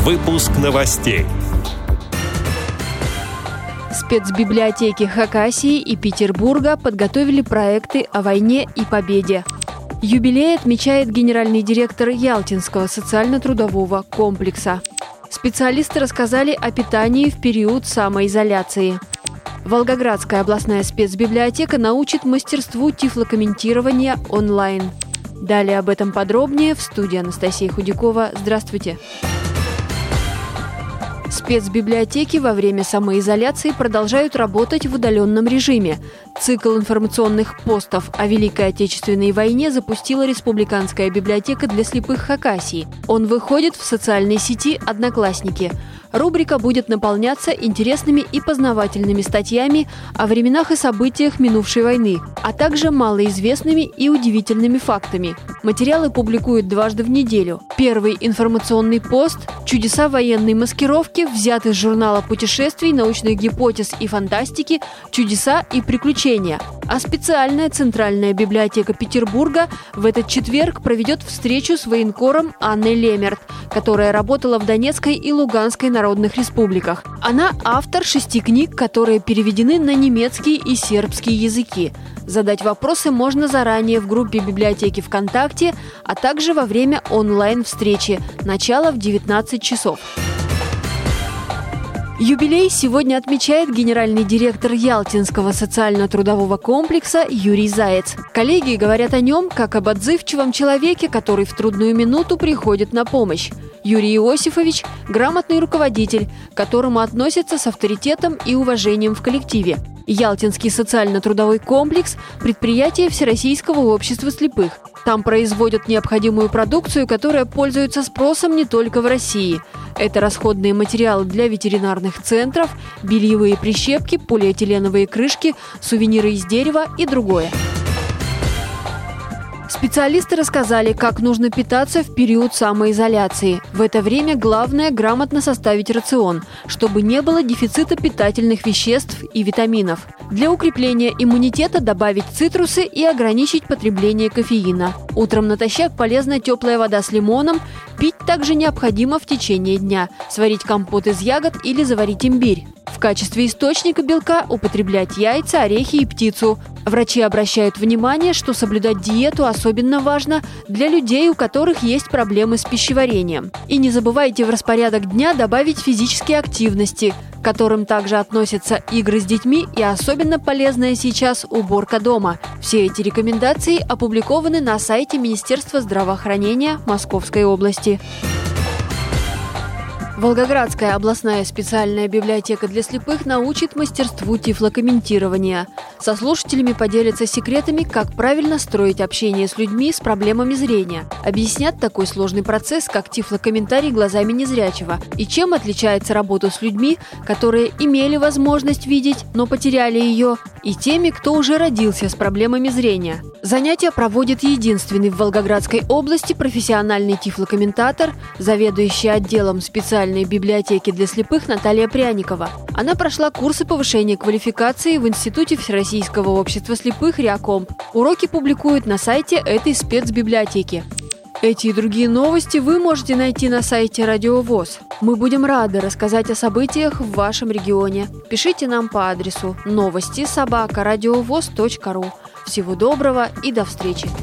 Выпуск новостей. Спецбиблиотеки Хакасии и Петербурга подготовили проекты о войне и победе. Юбилей отмечает генеральный директор Ялтинского социально-трудового комплекса. Специалисты рассказали о питании в период самоизоляции. Волгоградская областная спецбиблиотека научит мастерству тифлокомментирования онлайн. Далее об этом подробнее в студии Анастасия Худякова. Здравствуйте! Спецбиблиотеки во время самоизоляции продолжают работать в удаленном режиме. Цикл информационных постов о Великой Отечественной войне запустила Республиканская библиотека для слепых Хакасии. Он выходит в социальной сети «Одноклассники». Рубрика будет наполняться интересными и познавательными статьями о временах и событиях минувшей войны, а также малоизвестными и удивительными фактами. Материалы публикуют дважды в неделю. Первый информационный пост «Чудеса военной маскировки» взят из журнала путешествий, научных гипотез и фантастики «Чудеса и приключения». А специальная Центральная библиотека Петербурга в этот четверг проведет встречу с военкором Анной Лемерт, которая работала в Донецкой и Луганской народных республиках. Она автор 6 книг, которые переведены на немецкий и сербский языки. Задать вопросы можно заранее в группе библиотеки ВКонтакте, а также во время онлайн-встречи. Начало в 19 часов. Юбилей сегодня отмечает генеральный директор Ялтинского социально-трудового комплекса Юрий Заяц. Коллеги говорят о нем как об отзывчивом человеке, который в трудную минуту приходит на помощь. Юрий Иосифович – грамотный руководитель, к которому относятся с авторитетом и уважением в коллективе. Ялтинский социально-трудовой комплекс – предприятие Всероссийского общества слепых. Там производят необходимую продукцию, которая пользуется спросом не только в России. Это расходные материалы для ветеринарных центров, бельевые прищепки, полиэтиленовые крышки, сувениры из дерева и другое. Специалисты рассказали, как нужно питаться в период самоизоляции. В это время главное – грамотно составить рацион, чтобы не было дефицита питательных веществ и витаминов. Для укрепления иммунитета добавить цитрусы и ограничить потребление кофеина. Утром натощак полезна теплая вода с лимоном. Пить также необходимо в течение дня. Сварить компот из ягод или заварить имбирь. В качестве источника белка употреблять яйца, орехи и птицу. Врачи обращают внимание, что соблюдать диету особенно важно для людей, у которых есть проблемы с пищеварением. И не забывайте в распорядок дня добавить физические активности, к которым также относятся игры с детьми и особенно полезная сейчас уборка дома. Все эти рекомендации опубликованы на сайте Министерства здравоохранения Московской области. Волгоградская областная специальная библиотека для слепых научит мастерству тифлокомментирования. Со слушателями поделятся секретами, как правильно строить общение с людьми с проблемами зрения. Объяснят такой сложный процесс, как тифлокомментарий глазами незрячего, и чем отличается работа с людьми, которые имели возможность видеть, но потеряли ее, и теми, кто уже родился с проблемами зрения. Занятия проводит единственный в Волгоградской области профессиональный тифлокомментатор, заведующий отделом специальной библиотеки для слепых Наталья Пряникова. Она прошла курсы повышения квалификации в Институте Всероссийского общества слепых «Реакомп». Уроки публикуют на сайте этой спецбиблиотеки. Эти и другие новости вы можете найти на сайте Радио ВОС. Мы будем рады рассказать о событиях в вашем регионе. Пишите нам по адресу новости@радиовос.ру. Всего доброго и до встречи!